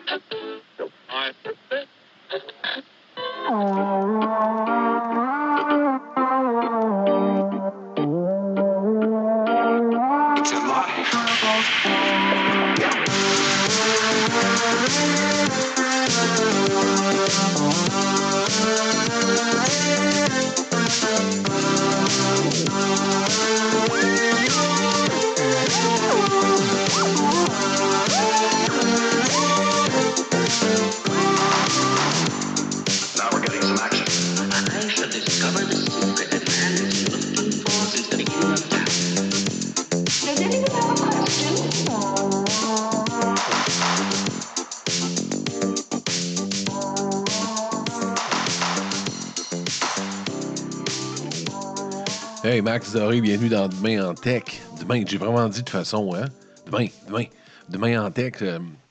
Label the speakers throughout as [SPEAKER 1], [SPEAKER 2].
[SPEAKER 1] Hey, Max Doré, bienvenue dans Demain en Tech. Demain, j'ai vraiment dit de façon, hein? Demain en Tech.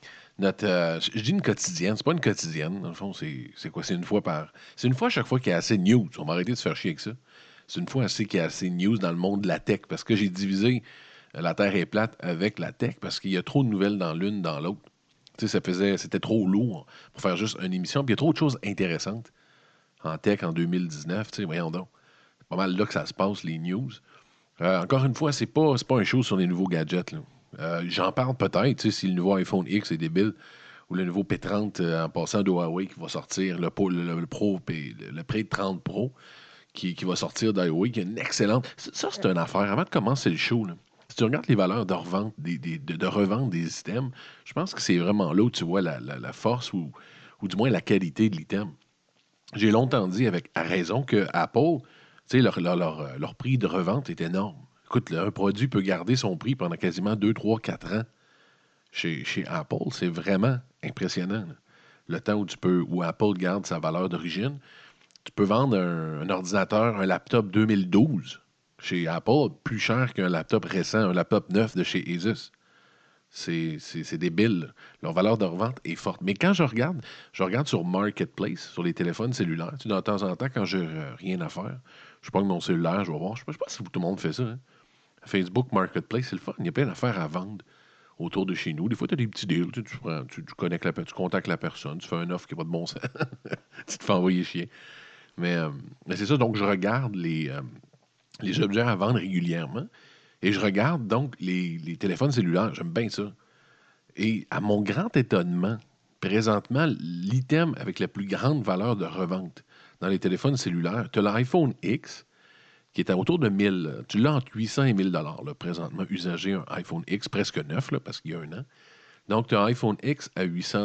[SPEAKER 1] Je dis une quotidienne, c'est pas une quotidienne. Dans le fond, c'est quoi? C'est une fois à chaque fois qu'il y a assez de news. On va arrêter de se faire chier avec ça. C'est une fois qu'il y a assez de news dans le monde de la tech. Parce que j'ai divisé la Terre est plate avec la tech parce qu'il y a trop de nouvelles dans l'une, dans l'autre. Tu sais, c'était trop lourd pour faire juste une émission. Puis il y a trop de choses intéressantes en tech en 2019. Tu sais, voyons donc. C'est pas mal là que ça se passe, les news. Encore une fois, c'est pas un show sur les nouveaux gadgets, là. J'en parle peut-être, tu sais, si le nouveau iPhone X est débile, ou le nouveau P30 en passant de Huawei qui va sortir, le Pro, le P 30 Pro qui va sortir d'Huawei, qui est une excellente. Ça, c'est une affaire. Avant de commencer le show, là, si tu regardes les valeurs de revente de revente des items, je pense que c'est vraiment là où tu vois la force ou du moins la qualité de l'item. J'ai longtemps dit à raison que Apple, tu sais, leur prix de revente est énorme. Écoute, là, un produit peut garder son prix pendant quasiment 2, 3, 4 ans chez Apple. C'est vraiment impressionnant, là. Le temps où Apple garde sa valeur d'origine. Tu peux vendre un ordinateur, un laptop 2012 chez Apple plus cher qu'un laptop récent, un laptop neuf de chez Asus. C'est débile, là. Leur valeur de revente est forte. Mais quand je regarde sur Marketplace, sur les téléphones cellulaires. Tu sais, de temps en temps, quand j'ai rien à faire, je prends mon cellulaire, je vais voir. Je sais pas si tout le monde fait ça, hein. Facebook Marketplace, c'est le fun. Il y a plein d'affaires à vendre autour de chez nous. Des fois, tu as des petits deals. Tu connectes tu contactes la personne, tu fais un offre qui va de bon sens. Tu te fais envoyer chier. Mais c'est ça, donc je regarde les objets à vendre régulièrement. Et je regarde donc les téléphones cellulaires. J'aime bien ça. Et à mon grand étonnement, présentement, l'item avec la plus grande valeur de revente dans les téléphones cellulaires, tu as l'iPhone X qui est à autour de 1000. Tu l'as entre 800 et 1000 là, présentement, usagé un iPhone X presque neuf, là, parce qu'il y a un an. Donc, tu as un iPhone X à 800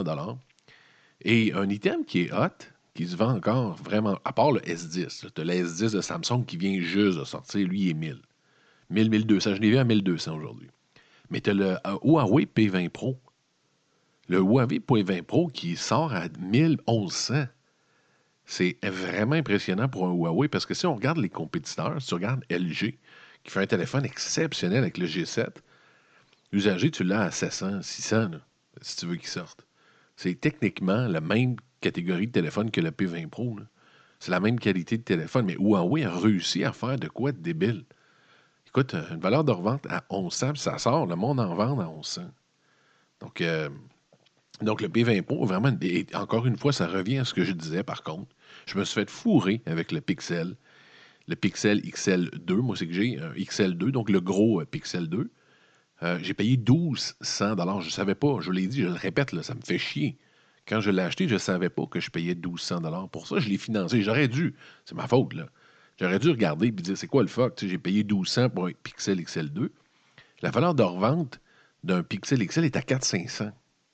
[SPEAKER 1] et un item qui est hot, qui se vend encore vraiment, à part le S10. Tu as le S10 de Samsung qui vient juste de sortir, lui, il est 1000. 1200. Je l'ai vu à 1200 aujourd'hui. Mais tu as le Huawei P20 Pro. Le Huawei P20 Pro qui sort à 1100. C'est vraiment impressionnant pour un Huawei parce que si on regarde les compétiteurs, si tu regardes LG, qui fait un téléphone exceptionnel avec le G7, usagé, tu l'as à 700, 600, là, si tu veux qu'il sorte. C'est techniquement la même catégorie de téléphone que le P20 Pro, là. C'est la même qualité de téléphone, mais Huawei a réussi à faire de quoi de débile. Écoute, une valeur de revente à 1100, puis ça sort, le monde en vend à 1100. Donc, donc le P20 Pro, vraiment, et encore une fois, ça revient à ce que je disais par contre. Je me suis fait fourrer avec le Pixel. Le Pixel XL2, moi c'est que j'ai un XL2, donc le gros Pixel 2. J'ai payé 1200 $. Je ne savais pas, je l'ai dit, je le répète, là, ça me fait chier. Quand je l'ai acheté, je ne savais pas que je payais 1200 $. Pour ça, je l'ai financé. J'aurais dû, c'est ma faute, là. J'aurais dû regarder et dire, c'est quoi le fuck? Tu sais, j'ai payé 1200 pour un Pixel XL2. La valeur de revente d'un Pixel XL est à 4500.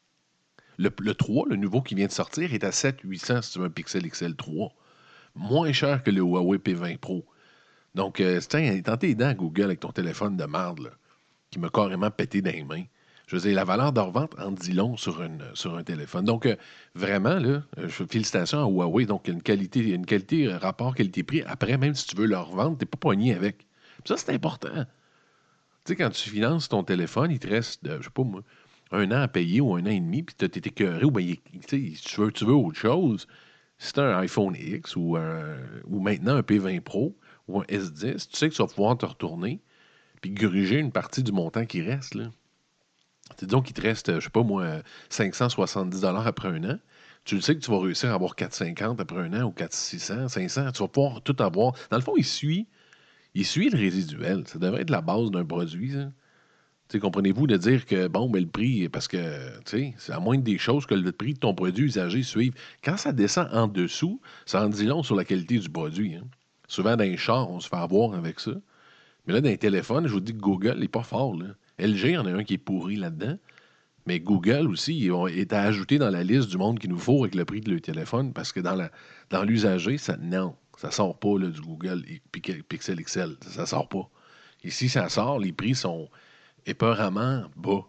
[SPEAKER 1] Le 3, le nouveau qui vient de sortir, est à 7 800 si tu veux un Pixel XL 3. Moins cher que le Huawei P20 Pro. Donc, tiens, tentez les dents Google avec ton téléphone de marde, là, qui m'a carrément pété dans les mains. Je veux dire, la valeur de revente en dit long sur un téléphone. Donc, vraiment, là, félicitations à Huawei. Donc, une qualité rapport qualité-prix. Après, même si tu veux le revendre, tu n'es pas poigné avec. Puis ça, c'est important. Tu sais, quand tu finances ton téléphone, il te reste, je sais pas moi, un an à payer ou un an et demi, puis tu t'es écœuré, ou bien, si tu veux autre chose, si c'est un iPhone X ou maintenant un P20 Pro ou un S10, tu sais que tu vas pouvoir te retourner puis gruger une partie du montant qui reste, là. Disons qu'il te reste, je sais pas moi, 570 après un an. Tu le sais que tu vas réussir à avoir 450 après un an ou 400, 600, 500. Tu vas pouvoir tout avoir. Dans le fond, il suit le résiduel. Ça devrait être la base d'un produit, ça. Tu sais, comprenez-vous de dire que, bon, mais le prix, parce que, tu sais, c'est la moindre des choses que le prix de ton produit usagé suive. Quand ça descend en dessous, ça en dit long sur la qualité du produit, hein. Souvent, dans les chars, on se fait avoir avec ça. Mais là, dans les téléphones, je vous dis que Google n'est pas fort, là. LG, il y en a un qui est pourri là-dedans. Mais Google aussi, ils ont été ajoutés dans la liste du monde qu'il nous faut avec le prix de leur téléphone parce que dans l'usager, non, ça sort pas là, du Google Pixel XL. Ça sort pas. Et si ça sort, les prix sont épeuramment bas.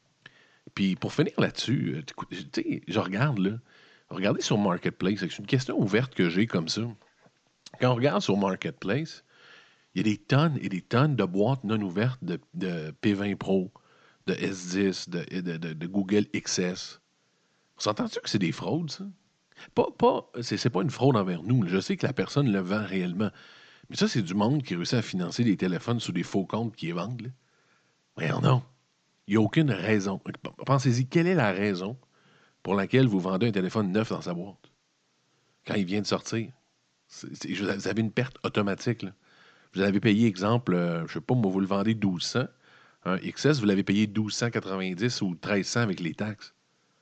[SPEAKER 1] Puis pour finir là-dessus, tu sais, je regarde là. Regardez sur Marketplace. C'est une question ouverte que j'ai comme ça. Quand on regarde sur Marketplace, il y a des tonnes et des tonnes de boîtes non ouvertes de P20 Pro, de S10, de Google XS. On s'entend-tu que c'est des fraudes, ça? C'est pas une fraude envers nous. Je sais que la personne le vend réellement. Mais ça, c'est du monde qui réussit à financer des téléphones sous des faux comptes qui les vendent, là. Voyons non. Il n'y a aucune raison. Pensez-y, quelle est la raison pour laquelle vous vendez un téléphone neuf dans sa boîte quand il vient de sortir? Vous avez une perte automatique, là. Vous avez payé, exemple, je ne sais pas, moi, vous le vendez 1200. Un XS, vous l'avez payé 1290 ou 1300 avec les taxes.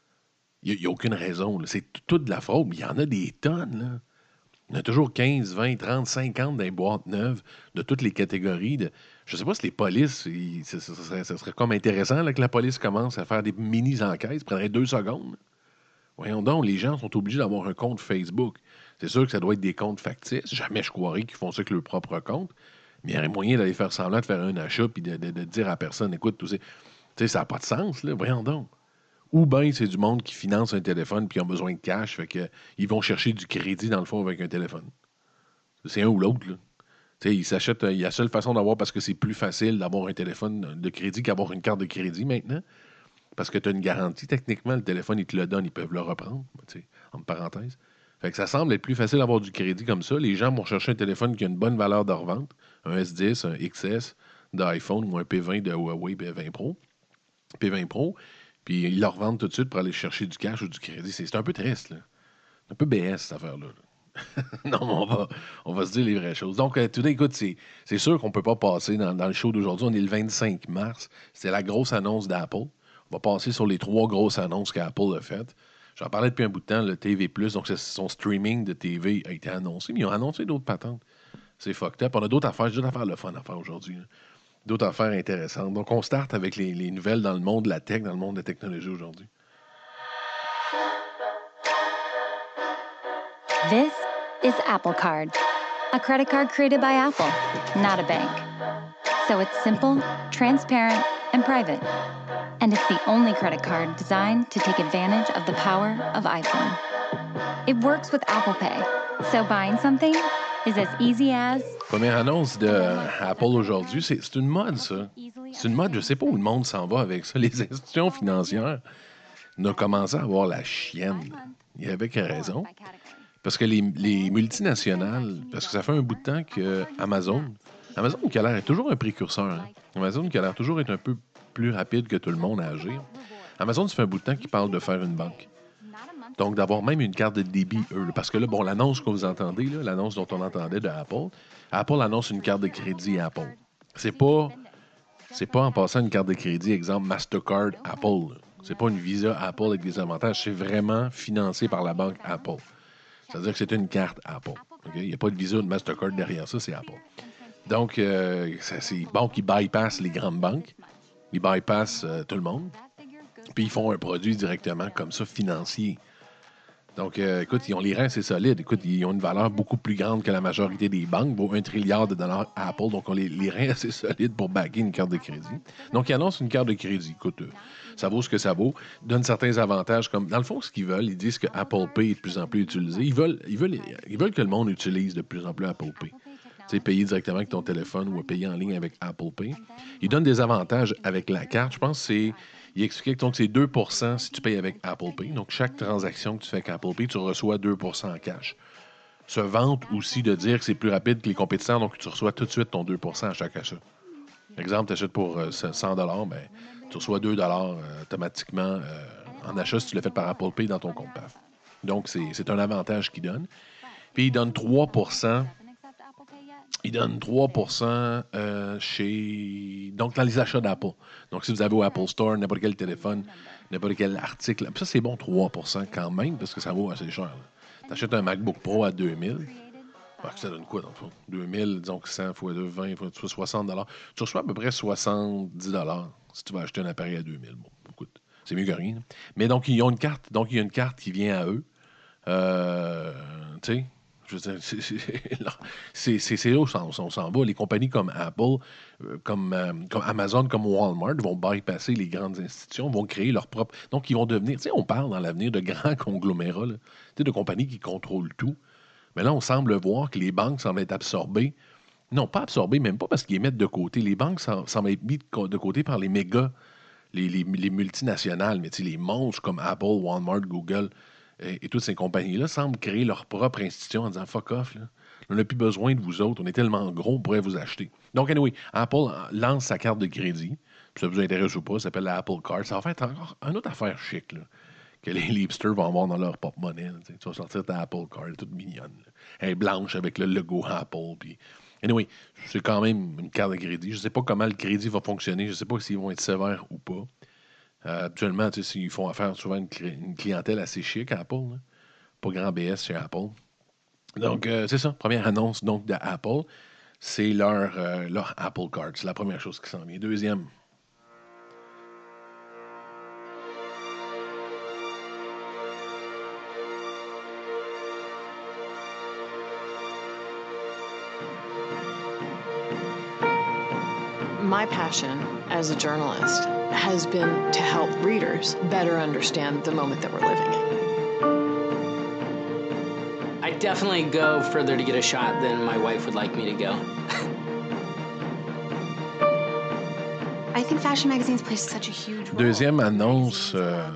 [SPEAKER 1] Il n'y a aucune raison, là. C'est toute de la fraude, mais il y en a des tonnes, là. Il y en a toujours 15, 20, 30, 50 dans les boîtes neuves de toutes les catégories. Je ne sais pas si les polices, ça serait comme intéressant là, que la police commence à faire des mini-enquêtes. Ça prendrait 2 secondes. Voyons donc, les gens sont obligés d'avoir un compte Facebook. C'est sûr que ça doit être des comptes factices. Jamais je croirais qu'ils font ça avec leur propre compte. Mais il y aurait moyen d'aller faire semblant de faire un achat puis de dire à personne, écoute, tu sais, ça n'a pas de sens, là. Voyons donc. Ou bien c'est du monde qui finance un téléphone puis ils ont besoin de cash, fait que ils vont chercher du crédit dans le fond avec un téléphone. C'est un ou l'autre, là. Tu sais, ils s'achètent, il y a la seule façon d'avoir parce que c'est plus facile d'avoir un téléphone de crédit qu'avoir une carte de crédit maintenant. Parce que tu as une garantie, techniquement, le téléphone, ils te le donnent, ils peuvent le reprendre, tu sais, entre parenthèses. Fait que ça semble être plus facile d'avoir du crédit comme ça. Les gens vont chercher un téléphone qui a une bonne valeur de revente, un S10, un XS d'iPhone ou un P20 de Huawei P20 Pro, puis ils le revendent tout de suite pour aller chercher du cash ou du crédit. C'est un peu triste, là. Un peu BS, cette affaire-là, là. Non, on va se dire les vraies choses. Donc, tout écoute, c'est sûr qu'on ne peut pas passer dans le show d'aujourd'hui. On est le 25 mars. C'est la grosse annonce d'Apple. On va passer sur les 3 grosses annonces qu'Apple a faites. J'en parlais depuis un bout de temps, le TV+, donc son streaming de TV a été annoncé, mais ils ont annoncé d'autres patentes. C'est fucked up. On a j'ai d'autres affaires le fun à faire aujourd'hui, là. D'autres affaires intéressantes. Donc, on start avec les nouvelles dans le monde de la tech, dans le monde de la technologie aujourd'hui.
[SPEAKER 2] This is Apple Card, a credit card created by Apple, not a bank. So it's simple, transparent, and private. And it's the only credit card designed to take advantage of the power of iPhone. It works with Apple Pay, so buying something is as easy as...
[SPEAKER 1] Première annonce de Apple aujourd'hui, c'est une mode, ça. C'est une mode, je sais pas où le monde s'en va avec ça. Les institutions financières ont commencé à avoir la chienne. Il y avait raison. Parce que les multinationales, parce que ça fait un bout de temps que Amazon qui a l'air être toujours un précurseur, hein. Amazon qui a l'air toujours être un peu plus rapide que tout le monde à agir. Amazon, ça fait un bout de temps qu'ils parlent de faire une banque. Donc, d'avoir même une carte de débit, eux. Parce que là, bon, l'annonce que vous entendez, là, l'annonce dont on entendait de Apple annonce une carte de crédit à Apple. C'est pas en passant une carte de crédit, exemple Mastercard Apple, là. C'est pas une Visa Apple avec des avantages. C'est vraiment financé par la banque Apple. C'est-à-dire que c'est une carte Apple. Okay? Il n'y a pas de Visa ou de Mastercard derrière ça, c'est Apple. Donc, c'est bon qu'ils bypassent les grandes banques. Ils bypassent tout le monde. Puis, ils font un produit directement comme ça, financier. Donc, écoute, ils ont les reins assez solides. Écoute, ils ont une valeur beaucoup plus grande que la majorité des banques, vaut 1 trilliard de dollars à Apple. Donc, on a les reins assez solides pour backer une carte de crédit. Donc, ils annoncent une carte de crédit. Écoute, ça vaut ce que ça vaut. Donne certains avantages comme, dans le fond, ce qu'ils veulent, ils disent que Apple Pay est de plus en plus utilisé. Ils veulent que le monde utilise de plus en plus Apple Pay. Tu sais, payer directement avec ton téléphone ou payer en ligne avec Apple Pay. Ils donnent des avantages avec la carte. Je pense que il expliquait que c'est 2 si tu payes avec Apple Pay. Donc, chaque transaction que tu fais avec Apple Pay, tu reçois 2 en cash. Se vante aussi de dire que c'est plus rapide que les compétiteurs, donc tu reçois tout de suite ton 2 à chaque achat. Exemple, tu achètes pour 100 ben, Tu reçois 2 automatiquement en achat si tu l'as fait par Apple Pay dans ton compte PAF. Donc, c'est un avantage qu'ils donnent. Puis, ils donnent 3 Ils donnent 3 chez... Donc, dans les achats d'Apple. Donc, si vous avez au Apple Store, n'importe quel téléphone, n'importe quel article, ça, c'est bon, 3 quand même, parce que ça vaut assez cher. Tu achètes un MacBook Pro à 2000. Ça donne quoi, dans le fond? 2000, disons que 100 fois 2, 20 fois 60 Tu reçois à peu près 70 si tu vas acheter un appareil à 2000. Bon, écoute, c'est mieux que rien. Mais donc, ils ont une carte. Donc, il y a une carte qui vient à eux. Tu sais, je veux dire, c'est là où on s'en va. Les compagnies comme Apple, comme Amazon, comme Walmart vont bypasser les grandes institutions, vont créer leur propre... Donc, ils vont devenir... Tu sais, on parle dans l'avenir de grands conglomérats, là, de compagnies qui contrôlent tout. Mais là, on semble voir que les banques semblent être absorbées. Non, pas absorbées, même pas parce qu'ils les mettent de côté. Les banques semblent être mises de côté par les méga, les multinationales, mais les monstres comme Apple, Walmart, Google et toutes ces compagnies-là semblent créer leur propre institution en disant fuck off, là. On n'a plus besoin de vous autres. On est tellement gros, on pourrait vous acheter. Donc, anyway, Apple lance sa carte de crédit. Puis ça vous intéresse ou pas, ça s'appelle la Apple Card. Ça va faire encore une autre affaire chic, là, que les hipsters vont avoir dans leur porte-monnaie. Tu vas sortir ta Apple Card, toute mignonne. Là. Elle est blanche avec le logo Apple. Puis... Anyway, c'est quand même une carte de crédit. Je ne sais pas comment le crédit va fonctionner. Je ne sais pas s'ils vont être sévères ou pas. Habituellement, ils font affaire souvent une clientèle assez chic à Apple. Là. Pas grand BS chez Apple. Donc, c'est ça. Première annonce donc d'Apple. C'est leur Apple Card. C'est la première chose qui s'en vient. Deuxième.
[SPEAKER 3] My passion as a journalist has been to help readers better understand the moment that we're living in.
[SPEAKER 4] I definitely go further to get a shot than my wife would like me to go.
[SPEAKER 5] I think fashion magazines play such a huge role.
[SPEAKER 1] Deuxième annonce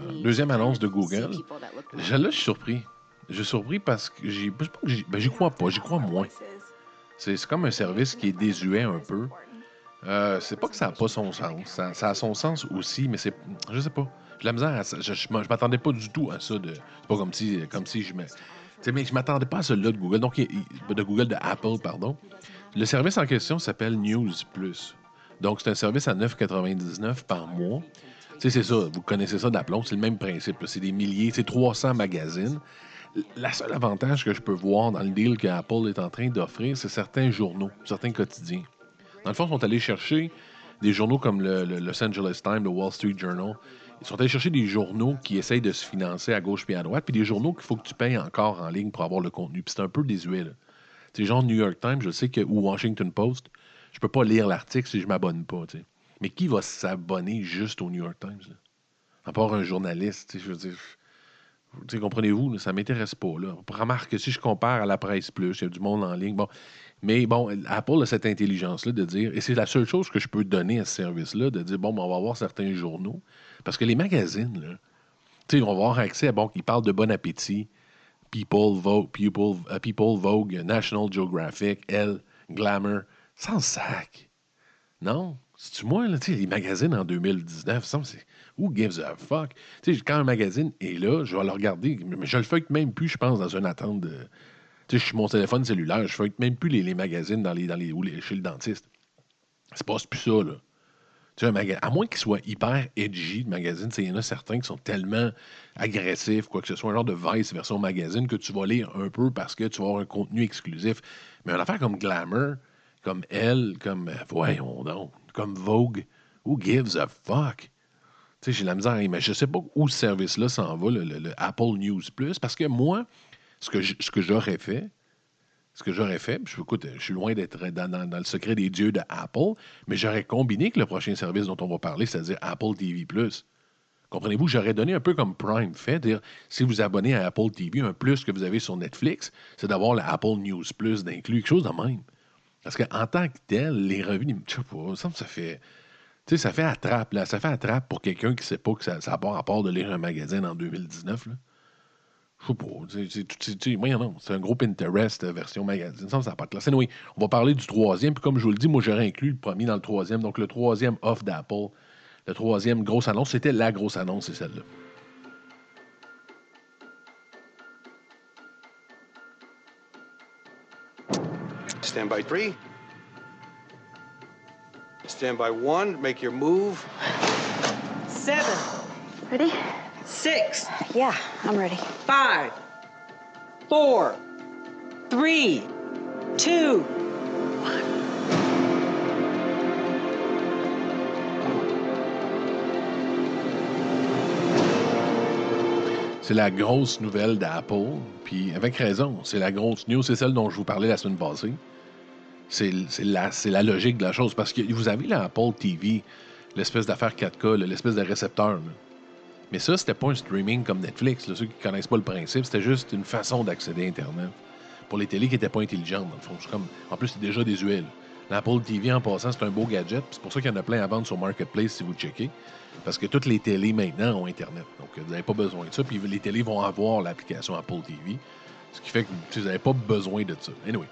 [SPEAKER 1] de Google. Là, je suis surpris. Je suis surpris parce que j'y crois pas, j'y crois moins. C'est comme un service qui est désuet un peu. C'est pas que ça n'a pas son sens. Ça a son sens aussi, mais c'est. Je sais pas. J'ai la misère à ça. Je m'attendais pas du tout à ça. C'est pas comme si je me. Mais je m'attendais pas à celui-là de Google. Donc, de Google, de Apple, pardon. Le service en question s'appelle News Plus. Donc, c'est un service à 9,99 par mois. C'est ça. Vous connaissez ça d'aplomb. C'est le même principe. Là. C'est des milliers, c'est 300 magazines. La seule avantage que je peux voir dans le deal que Apple est en train d'offrir, c'est certains journaux, certains quotidiens. Dans le fond, ils sont allés chercher des journaux comme le Los Angeles Times, le Wall Street Journal. Ils sont allés chercher des journaux qui essayent de se financer à gauche puis à droite, puis des journaux qu'il faut que tu payes encore en ligne pour avoir le contenu. Puis c'est un peu désuet, là. Tu sais, genre New York Times, je sais que, ou Washington Post, je peux pas lire l'article si je m'abonne pas, tu sais. Mais qui va s'abonner juste au New York Times, là? À part un journaliste, tu sais, je veux dire... Tu sais, comprenez-vous, là, ça m'intéresse pas, là. Remarque que si je compare à la presse plus, il y a du monde en ligne, bon... Mais bon, Apple a cette intelligence-là de dire, et c'est la seule chose que je peux donner à ce service-là, de dire, bon, ben, on va avoir certains journaux. Parce que les magazines, là, tu sais, on va avoir accès à, bon, ils parlent de Bon Appétit, People, Vogue, National Geographic, Elle, Glamour, sans sac. Non? C'est-tu moi, là, tu sais, les magazines en 2019, ça, c'est... Who gives a fuck? Tu sais, quand un magazine est là, je vais le regarder, mais je le feuille même plus, je pense, dans une attente de... Tu sais, je suis mon téléphone cellulaire, je feuille même plus les magazines chez le dentiste. C'est pas plus ça, là. Tu sais, à moins qu'il soit hyper edgy, le magazine, il y en a certains qui sont tellement agressifs, quoi que ce soit, un genre de Vice version magazine que tu vas lire un peu parce que tu vas avoir un contenu exclusif. Mais une affaire comme Glamour, comme Elle, comme, voyons donc, comme Vogue, who gives a fuck? Tu sais, j'ai la misère, mais je sais pas où ce service-là s'en va, le Apple News Plus, parce que moi, ce que j'aurais fait, puis écoute, je suis loin d'être dans le secret des dieux de Apple, mais j'aurais combiné avec le prochain service dont on va parler, c'est-à-dire Apple TV+. Comprenez-vous, j'aurais donné un peu comme Prime fait, dire si vous abonnez à Apple TV, un plus que vous avez sur Netflix, c'est d'avoir le Apple News Plus d'inclus, quelque chose de même. Parce qu'en tant que tel, les revenus, je sais pas, ça fait... Tu sais, ça fait attrape, là. Ça fait attrape pour quelqu'un qui ne sait pas que ça n'a pas rapport de lire un magazine en 2019, là. Je sais pas. Moi, non. C'est un gros Pinterest version magazine. Ça n'a pas de classe. Anyway, on va parler du troisième. Puis comme je vous le dis, moi, j'aurais inclus le premier dans le troisième. Donc, le troisième offre d'Apple, La troisième grosse annonce, c'était la grosse annonce, c'est celle-là.
[SPEAKER 6] Stand by 3. Stand by 1. Make your move.
[SPEAKER 7] 7.
[SPEAKER 5] Ready?
[SPEAKER 7] 6.
[SPEAKER 5] Yeah, I'm ready.
[SPEAKER 7] 5. 4. 3. 2.
[SPEAKER 1] C'est la grosse nouvelle d'Apple, puis avec raison, c'est la grosse news, c'est celle dont je vous parlais la semaine passée. C'est la logique de la chose, parce que vous avez l'Apple TV, l'espèce d'affaire 4K, là, l'espèce de récepteur. Là. Mais ça, c'était pas un streaming comme Netflix. Là. Ceux qui connaissent pas le principe, c'était juste une façon d'accéder à Internet. Pour les télés qui n'étaient pas intelligentes, dans le fond. En plus, c'est déjà désuet. L'Apple TV, en passant, c'est un beau gadget. C'est pour ça qu'il y en a plein à vendre sur Marketplace, si vous checkez. Parce que toutes les télés, maintenant, ont Internet. Donc, vous n'avez pas besoin de ça. Puis les télés vont avoir l'application Apple TV. Ce qui fait que vous n'avez pas besoin de ça. Anyway.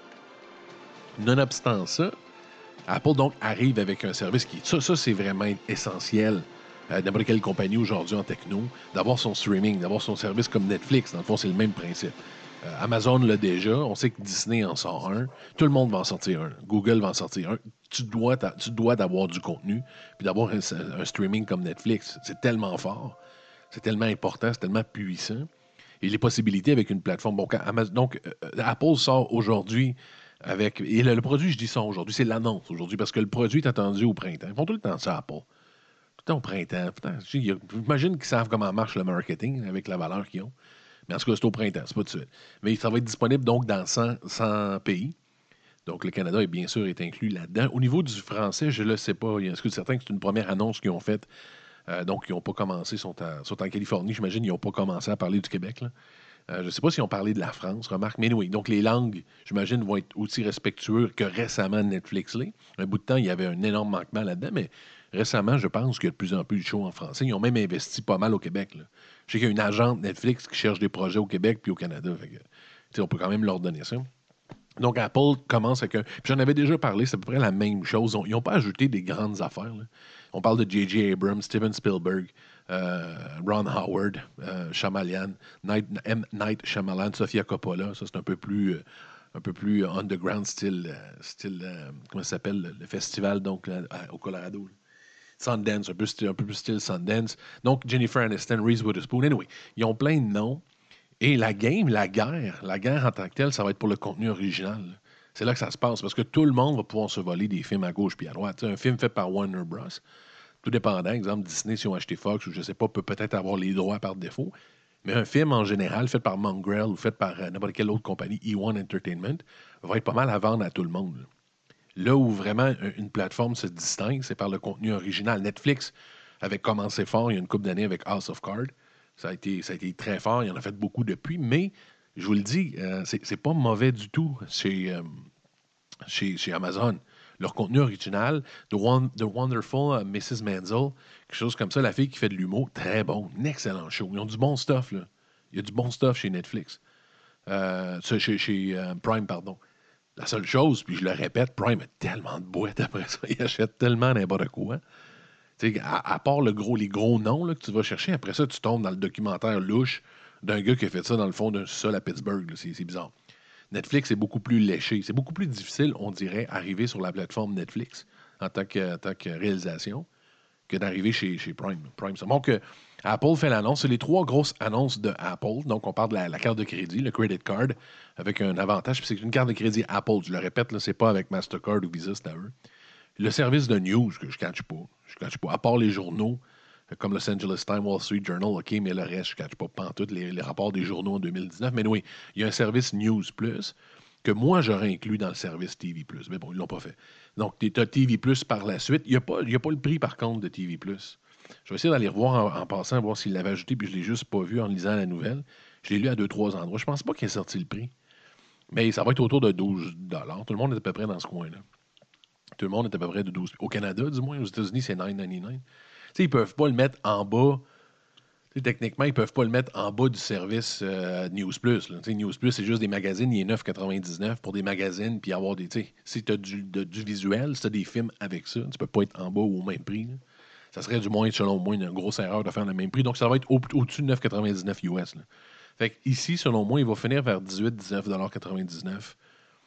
[SPEAKER 1] Nonobstant ça, Apple, donc, arrive avec un service qui... Ça c'est vraiment essentiel. N'importe quelle compagnie aujourd'hui en techno, d'avoir son streaming, d'avoir son service comme Netflix. Dans le fond, c'est le même principe. Amazon l'a déjà. On sait que Disney en sort un. Tout le monde va en sortir un. Google va en sortir un. Tu dois d'avoir du contenu puis d'avoir un streaming comme Netflix. C'est tellement fort. C'est tellement important. C'est tellement puissant. Et les possibilités avec une plateforme... Donc, Apple sort aujourd'hui avec... Et le produit, je dis ça aujourd'hui, c'est l'annonce aujourd'hui parce que le produit est attendu au printemps. Ils font tout le temps ça, Apple. Tout le temps au printemps. J'imagine qu'ils savent comment marche le marketing avec la valeur qu'ils ont. Mais en tout cas, c'est au printemps, c'est pas tout de suite. Mais ça va être disponible donc dans 100 pays. Donc, le Canada, est bien sûr, est inclus là-dedans. Au niveau du français, je ne le sais pas. Est-ce que c'est certain que c'est une première annonce qu'ils ont faite? Donc, ils n'ont pas commencé, sont en Californie. J'imagine qu'ils n'ont pas commencé à parler du Québec. Là. Je ne sais pas s'ils ont parlé de la France, remarque. Mais oui, donc les langues, j'imagine, vont être aussi respectueuses que récemment Netflix. Là. Un bout de temps, il y avait un énorme manquement là-dedans, mais récemment, je pense qu'il y a de plus en plus de shows en français. Ils ont même investi pas mal au Québec. Là. Je sais qu'il y a une agente Netflix qui cherche des projets au Québec puis au Canada. Fait que, on peut quand même leur donner ça. Donc, Apple commence avec un... Puis j'en avais déjà parlé, c'est à peu près la même chose. Ils n'ont pas ajouté des grandes affaires. Là. On parle de J.J. Abrams, Steven Spielberg, Ron Howard, Shyamalan, Night Shyamalan, Sofia Coppola. Ça, c'est un peu plus underground, style comment ça s'appelle, le festival donc, au Colorado. Là. Sundance, un peu plus style Sundance. Donc, Jennifer Aniston, Reese Witherspoon. Anyway, ils ont plein de noms. Et la guerre en tant que telle, ça va être pour le contenu original. Là. C'est là que ça se passe, parce que tout le monde va pouvoir se voler des films à gauche puis à droite. T'sais, un film fait par Warner Bros., tout dépendant, exemple, Disney, si on a acheté Fox, ou je ne sais pas, peut peut-être avoir les droits par défaut. Mais un film, en général, fait par Mongrel ou fait par n'importe quelle autre compagnie, E1 Entertainment, va être pas mal à vendre à tout le monde. Là où vraiment une plateforme se distingue, c'est par le contenu original. Netflix avait commencé fort il y a une couple d'années avec House of Cards. Ça a été très fort. Il en a fait beaucoup depuis. Mais, je vous le dis, c'est pas mauvais du tout chez Amazon. Leur contenu original, The Wonderful Mrs. Maisel, quelque chose comme ça, la fille qui fait de l'humour, très bon. Un excellent show. Ils ont du bon stuff, là. Il y a du bon stuff chez Netflix. Chez Prime, pardon. La seule chose, puis je le répète, Prime a tellement de boîtes après ça. Ils achètent tellement n'importe quoi. À part les gros noms là, que tu vas chercher, après ça, tu tombes dans le documentaire louche d'un gars qui a fait ça dans le fond d'un sol à Pittsburgh. Là. C'est bizarre. Netflix est beaucoup plus léché. C'est beaucoup plus difficile, on dirait, arriver sur la plateforme Netflix en tant que réalisation que d'arriver chez Prime. Donc, Apple fait l'annonce. C'est les 3 grosses annonces de Apple. Donc, on parle de la carte de crédit, le credit card, avec un avantage. Puis c'est une carte de crédit Apple. Je le répète, là, c'est pas avec Mastercard ou Visa, c'est à eux. Le service de news, que je ne catch pas. À part les journaux, comme Los Angeles Times, Wall Street Journal, OK, mais le reste, je ne catch pas pantoute les rapports des journaux en 2019. Mais oui, il y a un service News Plus que moi, j'aurais inclus dans le service TV Plus. Mais bon, ils ne l'ont pas fait. Donc, tu as TV Plus par la suite. Il n'y a pas le prix, par contre, de TV Plus. Je vais essayer d'aller revoir en passant, voir s'il l'avait ajouté, puis je ne l'ai juste pas vu en lisant la nouvelle. Je l'ai lu à 2-3 endroits. Je ne pense pas qu'il ait sorti le prix. Mais ça va être autour de 12 $. Tout le monde est à peu près dans ce coin-là. Tout le monde est à peu près de 12 $. Au Canada, du moins, aux États-Unis, c'est 9,99 $. Ils ne peuvent pas le mettre en bas. Techniquement, ils ne peuvent pas le mettre en bas du service News Plus. News Plus, c'est juste des magazines. Il est 9,99 $ pour des magazines. Puis avoir des. Si tu as du visuel, si tu as des films avec ça, tu ne peux pas être en bas ou au même prix. Là. Ça serait du moins, selon moi, une grosse erreur de faire le même prix. Donc, ça va être au-dessus de 9,99 US. Là. Fait que ici, selon moi, il va finir vers 18-19,99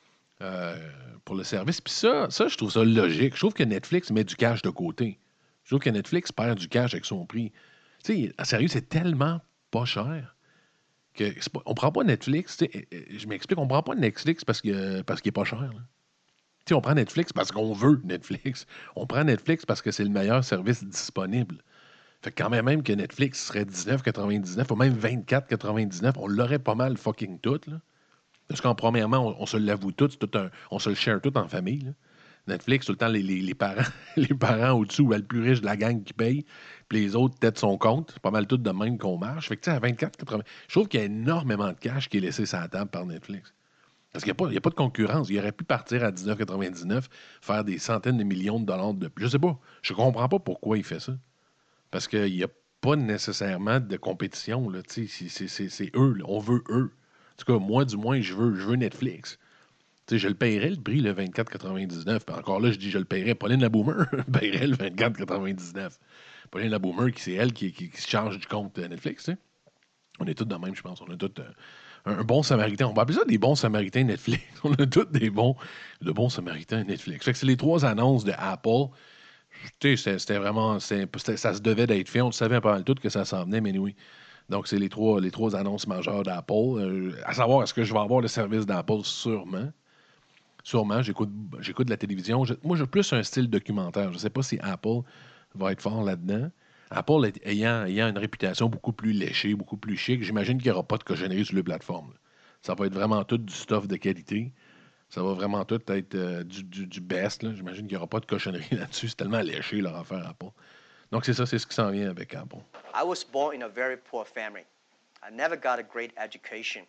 [SPEAKER 1] pour le service. Puis ça, je trouve ça logique. Je trouve que Netflix met du cash de côté. Je trouve que Netflix perd du cash avec son prix. Tu sais, sérieux, c'est tellement pas cher que on prend pas Netflix. Je m'explique, on prend pas Netflix parce qu'il est pas cher. Là. On prend Netflix parce qu'on veut Netflix. On prend Netflix parce que c'est le meilleur service disponible. Fait que quand même que Netflix serait 19,99 ou même 24,99, on l'aurait pas mal fucking tout. Là. Parce qu'en premièrement, on se l'avoue tout, on se le share tout en famille. Là. Netflix, tout le temps, les parents, les parents au-dessous, le plus riche de la gang qui paye, puis les autres têtent son compte. C'est pas mal tout de même qu'on marche. Fait que tu sais, à 24,80, je trouve qu'il y a énormément de cash qui est laissé sur la table par Netflix. Parce qu'il n'y a pas de concurrence. Il aurait pu partir à 19,99, faire des centaines de millions de dollars de plus. Je sais pas. Je comprends pas pourquoi il fait ça. Parce qu'il n'y a pas nécessairement de compétition. Là. C'est eux. Là. On veut eux. En tout cas, moi, du moins, je veux Netflix. T'sais, je le paierais le prix, le 24,99. Puis encore là, je dis je le paierais. Pauline la Boomer paierait le 24,99. Pauline la Boomer, c'est elle qui se charge du compte Netflix. T'sais. On est tous de même, je pense. On a tous un bon samaritain. On va appeler ça des bons samaritains Netflix. On a tous de bons samaritains Netflix. Fait que c'est les 3 annonces de Apple. C'était vraiment... ça se devait d'être fait. On le savait pas mal tout que ça s'en venait, mais oui. Donc, c'est les trois annonces majeures d'Apple. À savoir, est-ce que je vais avoir le service d'Apple? Sûrement. Sûrement. J'écoute de la télévision. Moi, j'ai plus un style documentaire. Je ne sais pas si Apple va être fort là-dedans. Apple ayant une réputation beaucoup plus léchée, beaucoup plus chic, j'imagine qu'il n'y aura pas de cochonnerie sur les plateformes. Là. Ça va être vraiment tout du stuff de qualité. Ça va vraiment tout être du best. Là. J'imagine qu'il n'y aura pas de cochonnerie là-dessus. C'est tellement léché leur affaire Apple. Donc c'est ça, c'est ce qui s'en vient avec Apple.
[SPEAKER 8] I was born in a very poor family. I never got a great education.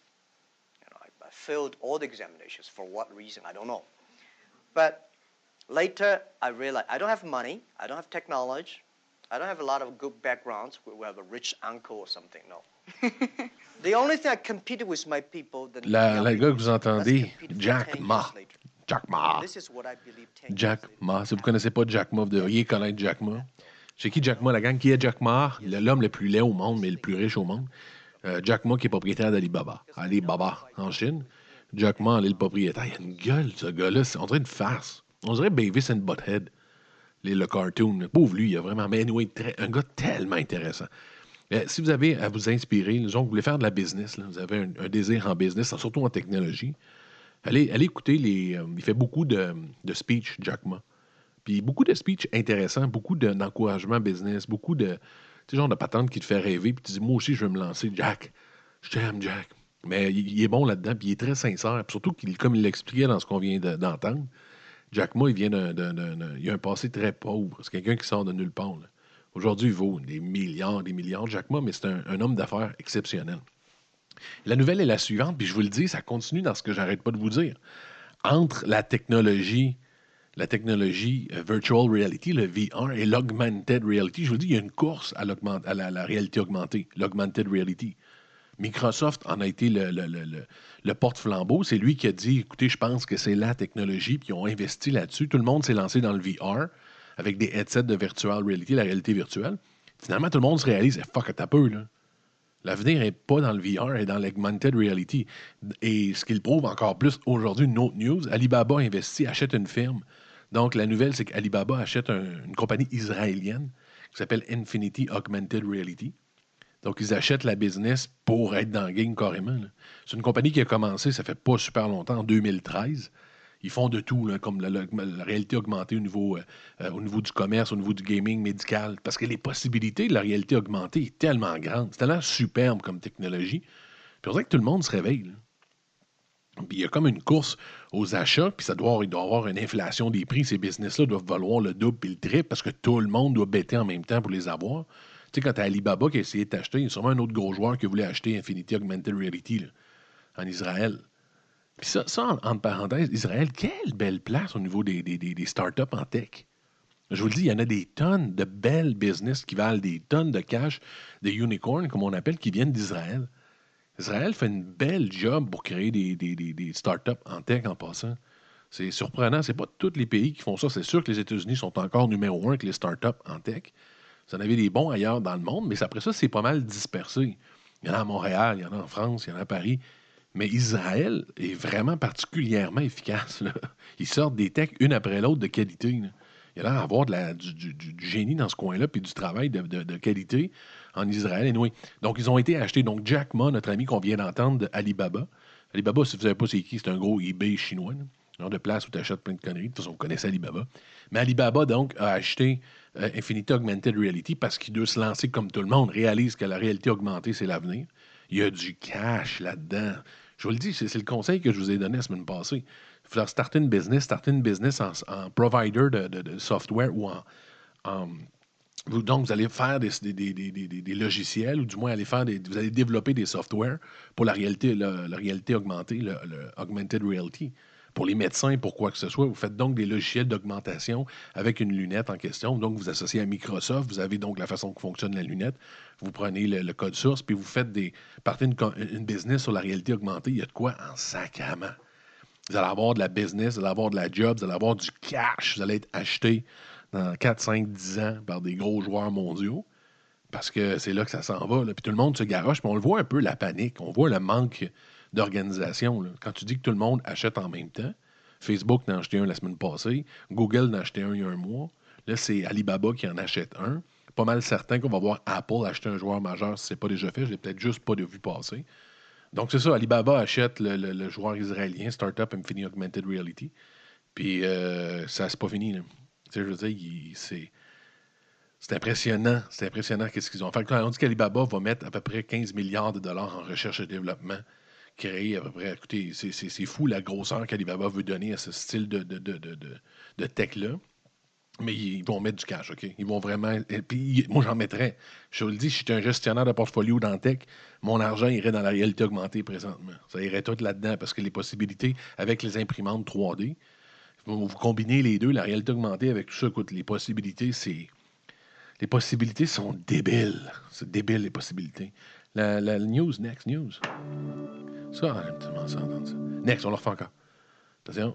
[SPEAKER 8] You know, I failed all the examinations. For what reason? I don't know. But later, I realized I don't have money. I don't have technology. I don't have a lot of good backgrounds. We have a rich uncle or something. No. The only thing I competed with my people.
[SPEAKER 1] Le gars que vous entendez, Jack Ma. Jack Ma. Jack Ma. Si vous ne connaissez pas Jack Ma, vous devriez connaître Jack Ma. C'est qui Jack Ma, la gang? Qui est Jack Ma? L'homme le plus laid au monde, mais le plus riche au monde. Jack Ma, qui est propriétaire d'Alibaba. Alibaba, en Chine. Jack Ma, il est le propriétaire. Il a une gueule, ce gars-là. On dirait une farce. On dirait Beavis and Butthead. Le cartoon. Pauvre lui, il a vraiment... Mais anyway, un gars tellement intéressant. Si vous avez à vous inspirer, disons que vous voulez faire de la business, là, vous avez un désir en business, surtout en technologie, allez écouter il fait beaucoup de speech, Jack Ma. Puis beaucoup de speech intéressants, beaucoup d'encouragement business, beaucoup de genre de patente qui te fait rêver, puis tu dis, moi aussi, je veux me lancer, Jack. Je t'aime, Jack. Mais il est bon là-dedans, puis il est très sincère. Puis surtout, comme il l'expliquait dans ce qu'on vient d'entendre, Jack Ma, il a un passé très pauvre. C'est quelqu'un qui sort de nulle part. Là. Aujourd'hui, il vaut des milliards, Jack Ma, mais c'est un homme d'affaires exceptionnel. La nouvelle est la suivante, puis je vous le dis, ça continue dans ce que j'arrête pas de vous dire. Entre la technologie virtual reality, le VR, et l'augmented reality, je vous dis, il y a une course à la réalité augmentée, l'augmented reality. Microsoft en a été le porte-flambeau. C'est lui qui a dit, écoutez, je pense que c'est la technologie, puis ils ont investi là-dessus. Tout le monde s'est lancé dans le VR avec des headsets de virtual reality, la réalité virtuelle. Finalement, tout le monde se réalise, fuck, t'as peu, là. L'avenir n'est pas dans le VR, elle est dans l'augmented reality. Et ce qu'il prouve encore plus aujourd'hui, une autre news, Alibaba investit, achète une firme. Donc, la nouvelle, c'est qu'Alibaba achète une compagnie israélienne qui s'appelle Infinity Augmented Reality. Donc, ils achètent la business pour être dans le game carrément. Là. C'est une compagnie qui a commencé, ça fait pas super longtemps, en 2013. Ils font de tout, là, comme la réalité augmentée au niveau du commerce, au niveau du gaming médical. Parce que les possibilités de la réalité augmentée est tellement grande. C'est tellement superbe comme technologie. Puis on dirait que tout le monde se réveille. Là. Puis il y a comme une course aux achats, puis il doit y avoir une inflation des prix. Ces business-là doivent valoir le double et le triple parce que tout le monde doit bêter en même temps pour les avoir. Tu sais, quand tu as Alibaba qui a essayé d'acheter, il y a sûrement un autre gros joueur qui voulait acheter Infinity Augmented Reality là, en Israël. Puis ça entre parenthèses, Israël, quelle belle place au niveau des startups en tech. Je vous le dis, il y en a des tonnes de belles business qui valent des tonnes de cash, des unicorns, comme on appelle, qui viennent d'Israël. Israël fait une belle job pour créer des startups en tech en passant. C'est surprenant. C'est pas tous les pays qui font ça. C'est sûr que les États-Unis sont encore numéro un avec les startups en tech. Vous en avez des bons ailleurs dans le monde, mais après ça, c'est pas mal dispersé. Il y en a à Montréal, il y en a en France, il y en a à Paris. Mais Israël est vraiment particulièrement efficace, là. Ils sortent des techs une après l'autre de qualité, là. Il y a l'air d'avoir du génie dans ce coin-là, puis du travail de qualité en Israël. Anyway. Donc, ils ont été achetés. Donc, Jack Ma, notre ami qu'on vient d'entendre, de Alibaba. Alibaba, si vous ne savez pas c'est qui, c'est un gros eBay chinois, là. Genre de place où tu achètes plein de conneries. De toute façon, vous connaissez Alibaba. Mais Alibaba, donc, a acheté Infinity Augmented Reality parce qu'il doit se lancer comme tout le monde, réalise que la réalité augmentée, c'est l'avenir. Il y a du cash là-dedans. Je vous le dis, c'est le conseil que je vous ai donné la semaine passée. Il faut starter une business en provider de software ou donc, vous allez faire des logiciels ou du moins vous allez développer des softwares pour la réalité augmentée, le augmented reality. Pour les médecins, pour quoi que ce soit, vous faites donc des logiciels d'augmentation avec une lunette en question. Donc, vous associez à Microsoft, vous avez donc la façon que fonctionne la lunette. Vous prenez le code source, puis vous faites partez une business sur la réalité augmentée. Il y a de quoi en sacrament. Vous allez avoir de la business, vous allez avoir de la job, vous allez avoir du cash, vous allez être acheté dans 4, 5, 10 ans par des gros joueurs mondiaux. Parce que c'est là que ça s'en va. Là. Puis tout le monde se garoche, puis on le voit un peu, la panique. On voit le manque d'organisation. Là. Quand tu dis que tout le monde achète en même temps, Facebook en a acheté un la semaine passée, Google en a acheté un il y a un mois. Là, c'est Alibaba qui en achète un. Pas mal certain qu'on va voir Apple acheter un joueur majeur si ce n'est pas déjà fait. Je l'ai peut-être juste pas de vue passer. Donc, c'est ça. Alibaba achète le joueur israélien, Startup Infinity Augmented Reality. Puis, ça, c'est pas fini. Là. Tu sais, je veux dire, c'est impressionnant. C'est impressionnant qu'est-ce qu'ils ont fait. Quand on dit qu'Alibaba va mettre à peu près 15 milliards de dollars en recherche et développement, créer à peu près. Écoutez, c'est fou la grosseur qu'Alibaba veut donner à ce style de tech-là. Mais ils vont mettre du cash, OK? Ils vont vraiment. Et puis, moi, j'en mettrais. Je vous le dis, si j'étais un gestionnaire de portfolio dans tech, mon argent irait dans la réalité augmentée présentement. Ça irait tout là-dedans parce que les possibilités avec les imprimantes 3D, vous combinez les deux, la réalité augmentée avec tout ça, écoute, les possibilités sont débiles. C'est débile, les possibilités. La news, next news. Ça, j'aime tellement ça, entendre ça. Next, on le refait encore. Attention.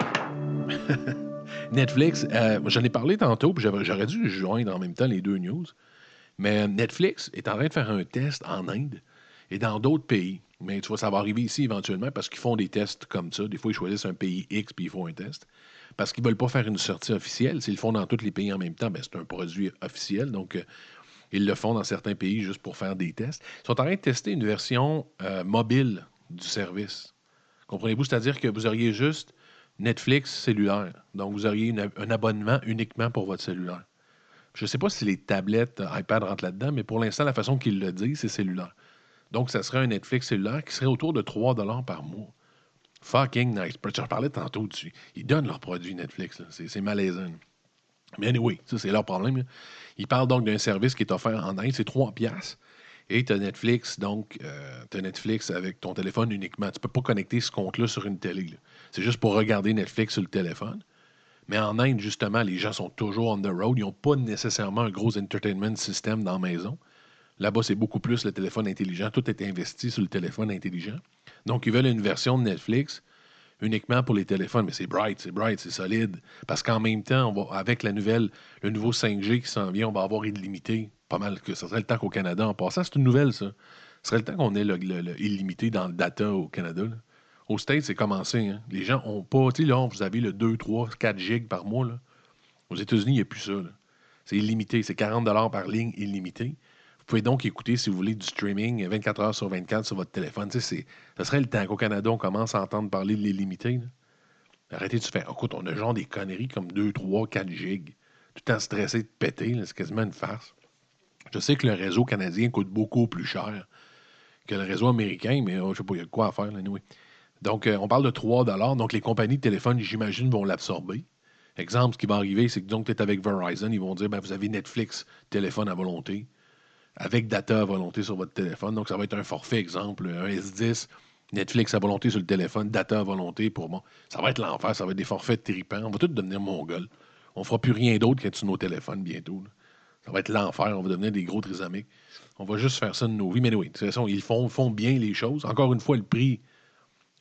[SPEAKER 1] Netflix, j'en ai parlé tantôt, puis j'aurais dû joindre en même temps les deux news. Mais Netflix est en train de faire un test en Inde et dans d'autres pays. Mais tu vois, ça va arriver ici éventuellement parce qu'ils font des tests comme ça. Des fois, ils choisissent un pays X puis ils font un test. Parce qu'ils ne veulent pas faire une sortie officielle. S'ils le font dans tous les pays en même temps, ben, c'est un produit officiel. Donc, ils le font dans certains pays juste pour faire des tests. Ils sont en train de tester une version mobile du service. Comprenez-vous? C'est-à-dire que vous auriez juste Netflix cellulaire. Donc, vous auriez un abonnement uniquement pour votre cellulaire. Je ne sais pas si les tablettes iPad rentrent là-dedans, mais pour l'instant, la façon qu'ils le disent, c'est cellulaire. Donc, ça serait un Netflix cellulaire qui serait autour de 3 $ par mois. Fucking nice. Je parlais tantôt dessus. Ils donnent leurs produits Netflix. Là. C'est malaisant. Mais anyway, ça, c'est leur problème. Là. Ils parlent donc d'un service qui est offert en Inde. C'est 3 $. Et tu as Netflix, donc, tu as Netflix avec ton téléphone uniquement. Tu ne peux pas connecter ce compte-là sur une télé. Là. C'est juste pour regarder Netflix sur le téléphone. Mais en Inde, justement, les gens sont toujours on the road. Ils n'ont pas nécessairement un gros entertainment system dans la maison. Là-bas, c'est beaucoup plus le téléphone intelligent. Tout est investi sur le téléphone intelligent. Donc, ils veulent une version de Netflix uniquement pour les téléphones. Mais c'est bright, c'est solide. Parce qu'en même temps, avec le nouveau 5G qui s'en vient, on va avoir illimité. Pas mal que ça serait le temps qu'au Canada, en passant, c'est une nouvelle, ça. Ce serait le temps qu'on ait le illimité dans le data au Canada. Là. Au States, c'est commencé. Hein. Les gens n'ont pas... Tu sais, là, vous avez le 2, 3, 4 gigs par mois. Là. Aux États-Unis, il n'y a plus ça. Là. C'est illimité. C'est 40 $ par ligne illimité. Vous pouvez donc écouter, si vous voulez, du streaming 24 heures sur 24 sur votre téléphone. Tu sais, ça serait le temps qu'au Canada, on commence à entendre parler de l'illimité. Là. Arrêtez de se faire... Écoute, on a genre des conneries comme 2, 3, 4 gigs. Tout le temps stressé de péter. Là. C'est quasiment une farce. Je sais que le réseau canadien coûte beaucoup plus cher que le réseau américain, mais je ne sais pas, il y a de quoi à faire. Là, anyway. Donc, on parle de 3 $. Donc, les compagnies de téléphone, j'imagine, vont l'absorber. Exemple, ce qui va arriver, c'est que donc, tu es avec Verizon, ils vont dire, ben, vous avez Netflix, téléphone à volonté, avec data à volonté sur votre téléphone. Donc, ça va être un forfait, exemple, un S10, Netflix à volonté sur le téléphone, data à volonté pour moi. Ça va être l'enfer, ça va être des forfaits tripants. On va tous devenir mongols. On ne fera plus rien d'autre qu'être sur nos téléphones bientôt. Là. Ça va être l'enfer, on va devenir des gros trisomiques. On va juste faire ça de nos vies. Mais oui, de toute façon, ils font bien les choses. Encore une fois, le prix...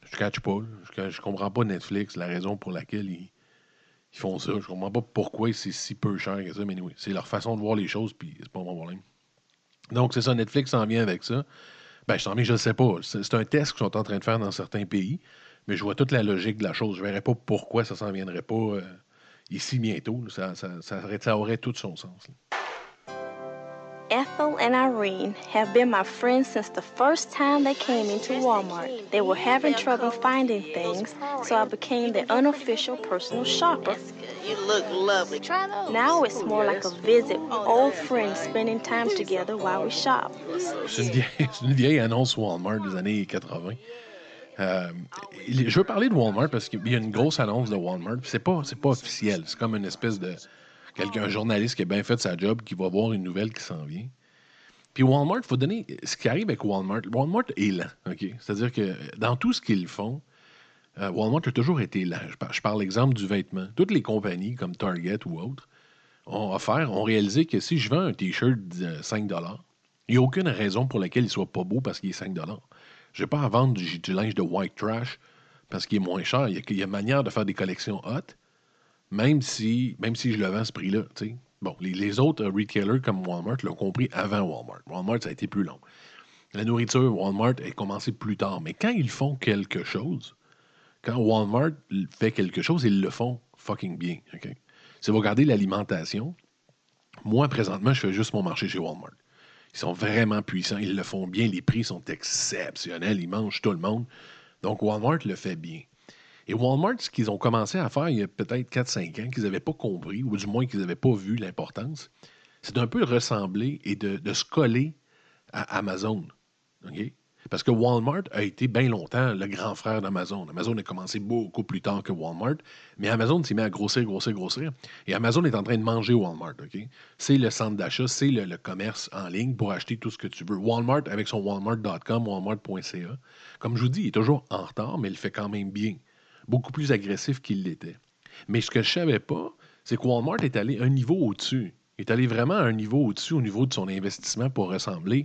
[SPEAKER 1] Je catch pas. Je comprends pas Netflix, la raison pour laquelle ils font ça. Je comprends pas pourquoi c'est si peu cher que ça, mais oui, c'est leur façon de voir les choses, puis c'est pas mon problème. Donc, c'est ça, Netflix s'en vient avec ça. Ben, je ne sais pas. C'est un test qu'ils sont en train de faire dans certains pays, mais je vois toute la logique de la chose. Je ne verrais pas pourquoi ça s'en viendrait pas ici bientôt. Ça aurait tout son sens. Là.
[SPEAKER 9] Ethel and Irene have been my friends since the first time they came into Walmart. They were having trouble finding things, so I became their unofficial personal shopper.
[SPEAKER 10] You look lovely. Try those.
[SPEAKER 9] Now it's more like a visit, old friends spending time together while we shop.
[SPEAKER 1] C'est une vieille annonce Walmart des années 80. Je veux parler de Walmart parce qu'il y a une grosse annonce de Walmart. C'est pas officiel. C'est comme une espèce de... un journaliste qui a bien fait sa job, qui va voir une nouvelle qui s'en vient. Puis Walmart, il faut donner... Ce qui arrive avec Walmart est lent. Okay? C'est-à-dire que dans tout ce qu'ils font, Walmart a toujours été lent. Je parle l'exemple du vêtement. Toutes les compagnies, comme Target ou autres, ont réalisé que si je vends un T-shirt de 5 $, il n'y a aucune raison pour laquelle il ne soit pas beau parce qu'il est 5 $. Je n'ai pas à vendre du linge de white trash parce qu'il est moins cher. Il y a manière de faire des collections hot, même si je le vends à ce prix-là. T'sais. Bon, les autres retailers comme Walmart l'ont compris avant Walmart. Walmart, ça a été plus long. La nourriture, Walmart a commencé plus tard. Mais quand ils font quelque chose, quand Walmart fait quelque chose, ils le font fucking bien. Okay? Si vous regardez l'alimentation, moi, présentement, je fais juste mon marché chez Walmart. Ils sont vraiment puissants, ils le font bien, les prix sont exceptionnels, ils mangent tout le monde. Donc, Walmart le fait bien. Et Walmart, ce qu'ils ont commencé à faire il y a peut-être 4-5 ans, qu'ils n'avaient pas compris, ou du moins qu'ils n'avaient pas vu l'importance, c'est d'un peu ressembler et de se coller à Amazon. Okay? Parce que Walmart a été bien longtemps le grand frère d'Amazon. Amazon a commencé beaucoup plus tard que Walmart, mais Amazon s'est mis à grossir. Et Amazon est en train de manger Walmart. Okay? C'est le centre d'achat, c'est le commerce en ligne pour acheter tout ce que tu veux. Walmart, avec son walmart.com, walmart.ca, comme je vous dis, il est toujours en retard, mais il le fait quand même bien. Beaucoup plus agressif qu'il l'était. Mais ce que je ne savais pas, c'est que Walmart est allé un niveau au-dessus. Il est allé vraiment un niveau au-dessus au niveau de son investissement pour ressembler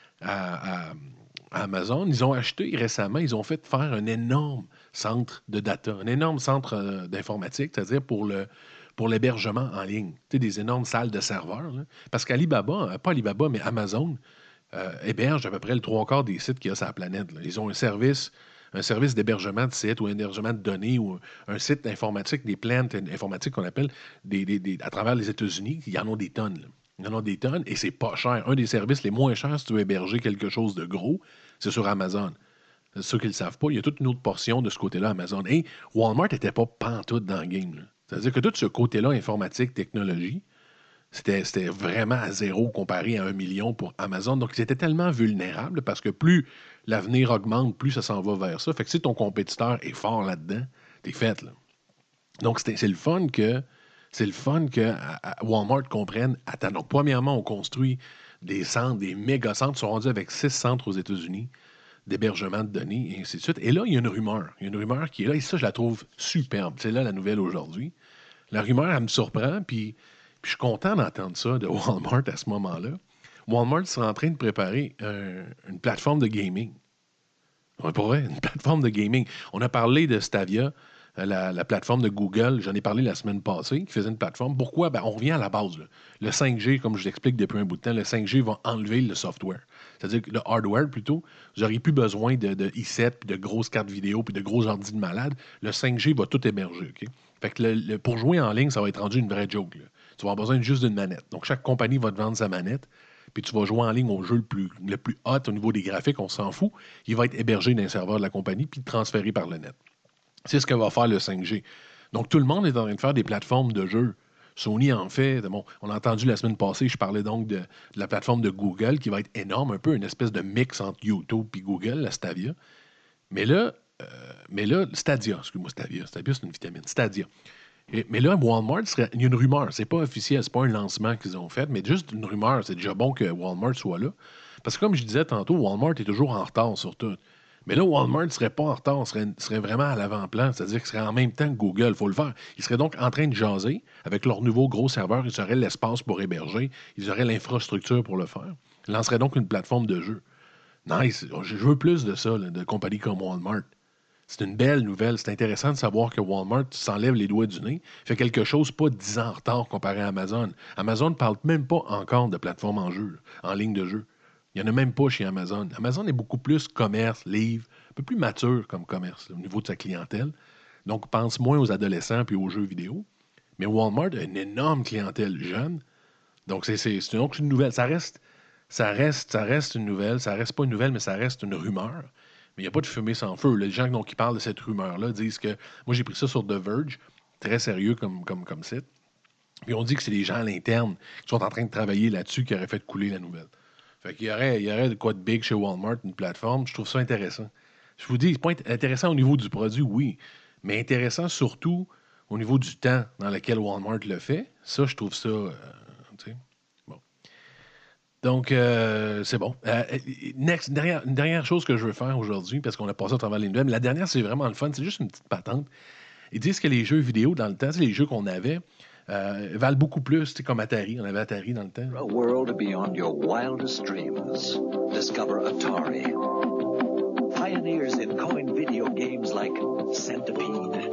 [SPEAKER 1] à Amazon. Ils ont acheté récemment, ils ont fait faire un énorme centre de data, un énorme centre d'informatique, c'est-à-dire pour l'hébergement en ligne. Tu sais, des énormes salles de serveurs. Là. Parce qu'Alibaba, pas Alibaba, mais Amazon, héberge à peu près le 3/4 des sites qu'il y a sur la planète. Là. Ils ont un service d'hébergement de sites ou un hébergement de données ou un site informatique, des plantes informatiques qu'on appelle à travers les États-Unis. Il y en a des tonnes. Là. Il y en a des tonnes et c'est pas cher. Un des services les moins chers si tu veux héberger quelque chose de gros, c'est sur Amazon. C'est ceux qui ne le savent pas. Il y a toute une autre portion de ce côté-là, Amazon. Et Walmart n'était pas pantoute dans le game. Là. C'est-à-dire que tout ce côté-là, informatique, technologie, c'était vraiment à zéro comparé à 1 million pour Amazon. Donc, ils étaient tellement vulnérables parce que plus l'avenir augmente, plus ça s'en va vers ça. Fait que si ton compétiteur est fort là-dedans, t'es fait. Là. Donc, c'est le fun que Walmart comprenne. Attends, donc, premièrement, on construit des centres, des méga centres. Ils sont rendus avec 6 centres aux États-Unis d'hébergement de données et ainsi de suite. Et là, il y a une rumeur. Il y a une rumeur qui est là et ça, je la trouve superbe. C'est là la nouvelle aujourd'hui. La rumeur, elle me surprend, puis je suis content d'entendre ça de Walmart à ce moment-là. Walmart sera en train de préparer une plateforme de gaming. Ouais, pour vrai, une plateforme de gaming. On a parlé de Stadia, la plateforme de Google, j'en ai parlé la semaine passée, qui faisait une plateforme. Pourquoi? Ben, on revient à la base. Là. Le 5G, comme je l'explique depuis un bout de temps, le 5G va enlever le software. C'est-à-dire que le hardware, plutôt, vous n'aurez plus besoin de i7, puis de grosses cartes vidéo, puis de gros ordi de malade. Le 5G va tout héberger. Okay? Fait que pour jouer en ligne, ça va être rendu une vraie joke. Là. Tu vas avoir besoin juste d'une manette. Donc, chaque compagnie va te vendre sa manette, puis tu vas jouer en ligne au jeu le plus hot au niveau des graphiques, on s'en fout. Il va être hébergé dans un serveur de la compagnie, puis transféré par le net. C'est ce que va faire le 5G. Donc, tout le monde est en train de faire des plateformes de jeux. Sony en fait. Bon, on a entendu la semaine passée, je parlais donc de la plateforme de Google qui va être énorme, un peu une espèce de mix entre YouTube et Google, la Stadia. Mais là, Stadia, excuse-moi, Stadia, c'est une vitamine, Stadia. Mais là, Walmart, il y a une rumeur, c'est pas officiel, c'est pas un lancement qu'ils ont fait, mais juste une rumeur, c'est déjà bon que Walmart soit là. Parce que comme je disais tantôt, Walmart est toujours en retard sur tout. Mais là, Walmart ne serait pas en retard, serait vraiment à l'avant-plan, c'est-à-dire qu'il serait en même temps que Google, il faut le faire. Ils seraient donc en train de jaser avec leur nouveau gros serveur, ils auraient l'espace pour héberger, ils auraient l'infrastructure pour le faire. Ils lanceraient donc une plateforme de jeu. Nice, je veux plus de ça, là, de compagnies comme Walmart. C'est une belle nouvelle. C'est intéressant de savoir que Walmart s'enlève les doigts du nez, fait quelque chose pas 10 ans en retard comparé à Amazon. Amazon ne parle même pas encore de plateforme en jeu, en ligne de jeu. Il n'y en a même pas chez Amazon. Amazon est beaucoup plus commerce, livre, un peu plus mature comme commerce là, au niveau de sa clientèle. Donc, pense moins aux adolescents puis aux jeux vidéo. Mais Walmart a une énorme clientèle jeune. Donc, c'est une nouvelle. Ça reste une nouvelle. Ça reste pas une nouvelle, mais ça reste une rumeur. Mais il n'y a pas de fumée sans feu. Les gens qui parlent de cette rumeur-là disent que... Moi, j'ai pris ça sur The Verge, très sérieux comme site. Puis on dit que c'est les gens à l'interne qui sont en train de travailler là-dessus qui auraient fait couler la nouvelle. Fait qu'il y aurait de quoi de big chez Walmart, une plateforme. Je trouve ça intéressant. Je vous dis, c'est pas intéressant au niveau du produit, oui, mais intéressant surtout au niveau du temps dans lequel Walmart le fait. Ça, je trouve ça... tu sais, bon. Donc, c'est bon. Next, une dernière chose que je veux faire aujourd'hui, parce qu'on a passé à travers les nouvelles, mais la dernière, c'est vraiment le fun. C'est juste une petite patente. Ils disent que les jeux vidéo, dans le temps, les jeux qu'on avait, valent beaucoup plus, comme Atari. On avait Atari dans le temps.
[SPEAKER 11] A world beyond your wildest dreams. Discover Atari. Pioneers in coin video games like Centipede.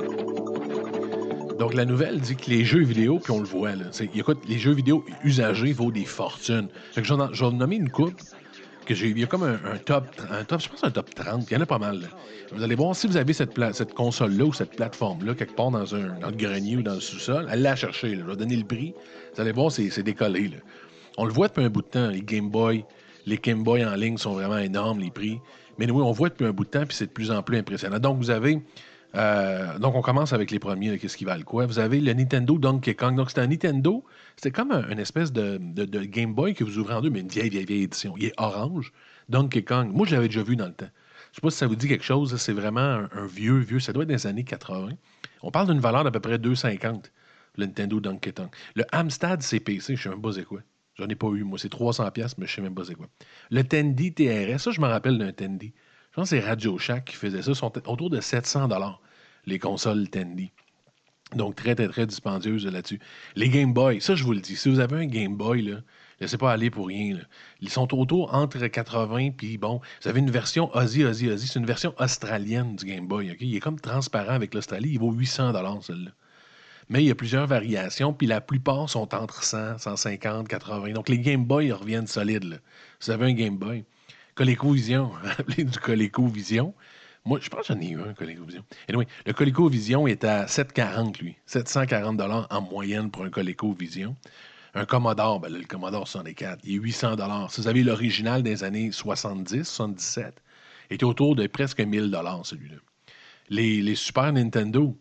[SPEAKER 1] Donc, la nouvelle dit que les jeux vidéo, puis on le voit, là, écoute, les jeux vidéo usagés vaut des fortunes. Fait que je vais nommer une coupe que il y a comme un top, je pense un top 30, il y en a pas mal. Là. Vous allez voir, si vous avez cette console-là ou cette plateforme-là, quelque part dans le grenier ou dans le sous-sol, allez la chercher. Là. Je vais donner le prix. Vous allez voir, c'est décollé. Là. On le voit depuis un bout de temps. Les Game Boy en ligne sont vraiment énormes, les prix. Mais oui, on voit depuis un bout de temps, puis c'est de plus en plus impressionnant. Donc, vous avez... donc, on commence avec les premiers, là, qu'est-ce qui valent quoi? Vous avez le Nintendo Donkey Kong. Donc, c'est un Nintendo, c'est comme une espèce de Game Boy que vous ouvrez en deux, mais une vieille édition. Il est orange, Donkey Kong. Moi, je l'avais déjà vu dans le temps. Je ne sais pas si ça vous dit quelque chose. C'est vraiment un vieux. Ça doit être des années 80. On parle d'une valeur d'à peu près 2,50, le Nintendo Donkey Kong. Le Amstrad CPC, je ne sais même pas c'est quoi. J'en ai pas eu, moi. C'est 300$, mais je ne sais même pas c'est quoi. Le Tandy TRS, ça, je me rappelle d'un Tandy. Je pense que c'est Radio Shack qui faisait ça. Ils sont autour de 700$, les consoles Tandy. Donc, très, très, très dispendieuses là-dessus. Les Game Boy, ça, je vous le dis. Si vous avez un Game Boy, là, laissez pas aller pour rien. Là. Ils sont autour entre 80 puis bon, vous avez une version Aussie. C'est une version australienne du Game Boy. Okay? Il est comme transparent avec l'Australie. Il vaut 800$, celle-là. Mais il y a plusieurs variations, puis la plupart sont entre 100, 150, 80. Donc, les Game Boy reviennent solides. Là. Si vous avez un Game Boy... ColecoVision, appelé du ColecoVision. Moi, je pense que j'en ai eu un, ColecoVision. Anyway, le ColecoVision est à 740, lui. 740$ en moyenne pour un ColecoVision. Un Commodore, le Commodore 64, il est 800$. Si vous avez l'original des années 70, 77, il est autour de presque 1000$, celui-là. Les Super Nintendo,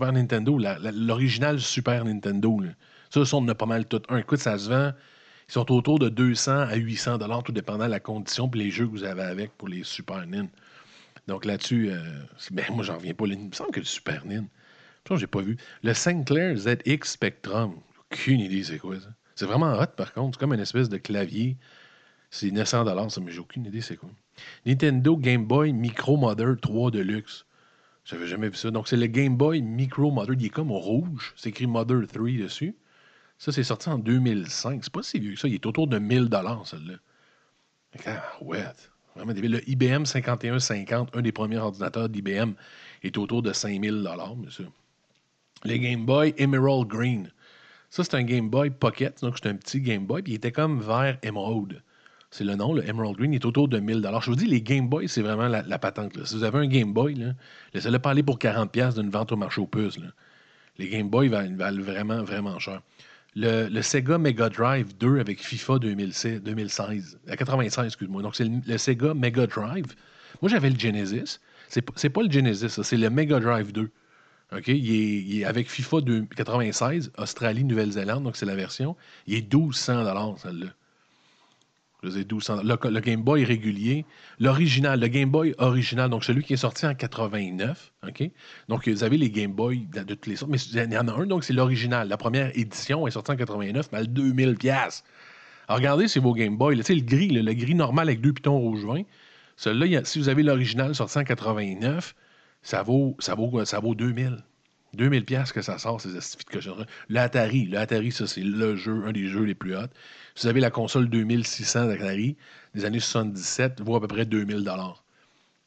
[SPEAKER 1] l'original Super Nintendo, là, ça, on en a pas mal tout un. Écoute, ça se vend... Ils sont autour de 200 à 800$, tout dépendant de la condition et les jeux que vous avez avec pour les Super Nin. Donc là-dessus, moi, j'en reviens pas. Il me semble que le Super Nin, j'ai pas vu. Le Sinclair ZX Spectrum, aucune idée c'est quoi ça. C'est vraiment hot par contre. C'est comme une espèce de clavier. C'est 900$, ça, mais j'ai aucune idée c'est quoi. Nintendo Game Boy Micro Mother 3 Deluxe. J'avais jamais vu ça. Donc c'est le Game Boy Micro Mother. Il est comme au rouge. C'est écrit Mother 3 dessus. Ça, c'est sorti en 2005. C'est pas si vieux que ça. Il est autour de 1000$, celui-là. Ouais. Vraiment débile. Le IBM 5150, un des premiers ordinateurs d'IBM, est autour de 5000$, monsieur. Le Game Boy Emerald Green. Ça, c'est un Game Boy Pocket. Donc, c'est un petit Game Boy. Puis, il était comme vert émeraude. C'est le nom, le Emerald Green. Il est autour de 1000$. Je vous dis, les Game Boy, c'est vraiment la patente. Là. Si vous avez un Game Boy, là, laissez-le pas aller pour 40$ d'une vente au marché aux puces. Là. Les Game Boy valent vraiment, vraiment cher. Le Sega Mega Drive 2 avec FIFA 2016, 96, excuse-moi. Donc, c'est le Sega Mega Drive. Moi, j'avais le Genesis. C'est pas le Genesis, ça, c'est le Mega Drive 2. OK? Il est avec FIFA 96, Australie, Nouvelle-Zélande, donc c'est la version. Il est 1200$, celle-là. Je disais 1200$. Le Game Boy régulier, l'original, le Game Boy original, donc celui qui est sorti en 89, OK? Donc, vous avez les Game Boy de toutes les sortes, mais il y en a un, donc c'est l'original. La première édition est sortie en 89, mais à 2000$. Alors, regardez, c'est vos Game Boy. Tu sais, le gris normal avec 2 pitons rouge vin. Celui-là, si vous avez l'original sorti en 89, ça vaut 2000$. 2000$ que ça sort, ces astifies de cochonneries. L'Atari, ça, c'est le jeu, un des jeux les plus hauts. Si vous avez la console 2600 d'Atari, des années 77, vaut à peu près 2000$.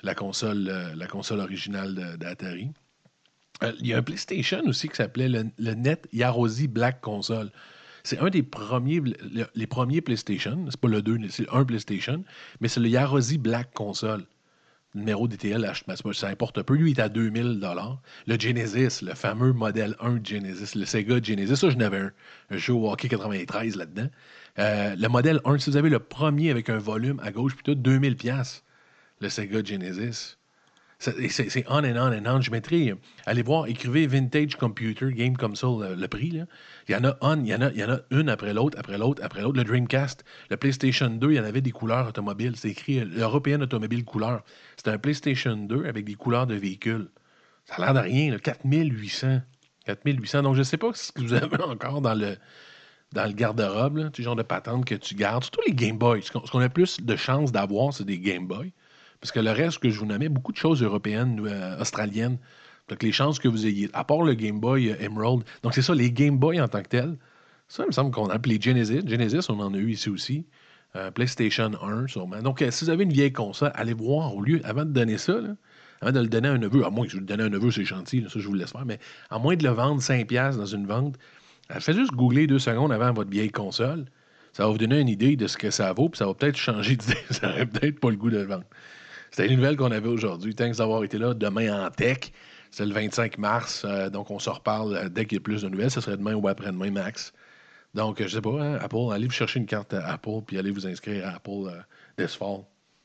[SPEAKER 1] la console originale d'Atari. Il y a un PlayStation aussi qui s'appelait le Net Yaroze Black Console. C'est un des premiers, les premiers PlayStation. C'est pas le 2, c'est un PlayStation, mais c'est le Yaroze Black Console. Le numéro DTL, ça importe peu. Lui, il est à 2000 $. Le Genesis, le fameux modèle 1 Genesis, le Sega Genesis, ça, je n'avais un jeu au hockey 93 là-dedans. Le modèle 1, si vous avez le premier avec un volume à gauche, puis tout, 2000 $, le Sega Genesis. C'est on and on and on. Je mettrai, allez voir, écrivez Vintage Computer Game Console, le prix. Là. Il y en a une après l'autre, après l'autre, après l'autre. Le Dreamcast, le PlayStation 2, il y en avait des couleurs automobiles. C'est écrit European Automobile Couleur. C'était un PlayStation 2 avec des couleurs de véhicules. Ça a l'air de rien, là. 4800. 4800. Donc, je ne sais pas ce que vous avez encore dans le garde-robe, là, genre de patente que tu gardes. Surtout les Game Boy. Ce qu'on a plus de chances d'avoir, c'est des Game Boy. Parce que le reste que je vous nommais, beaucoup de choses européennes, australiennes. Donc, les chances que vous ayez, à part le Game Boy Emerald. Donc, c'est ça, les Game Boy en tant que tels. Ça, il me semble qu'on a appelé Genesis. Genesis, on en a eu ici aussi. PlayStation 1, sûrement. Donc, si vous avez une vieille console, allez voir au lieu, avant de donner ça, là, avant de le donner à un neveu, à moins que je le donne à un neveu, c'est gentil, là, ça, je vous le laisse faire, mais à moins de le vendre 5$ dans une vente, faites juste googler 2 secondes avant votre vieille console. Ça va vous donner une idée de ce que ça vaut, puis ça va peut-être changer d'idée. Ça n'aurait peut-être pas le goût de le vendre. C'était les nouvelles qu'on avait aujourd'hui. Thanks d'avoir été là. Demain en tech, c'est le 25 mars. Donc, on se reparle dès qu'il y a plus de nouvelles. Ce serait demain ou après-demain, max. Donc, je sais pas, hein, Apple, allez vous chercher une carte Apple puis allez vous inscrire à Apple this fall.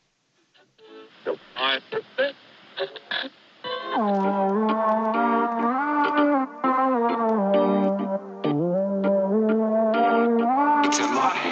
[SPEAKER 12] It's alive.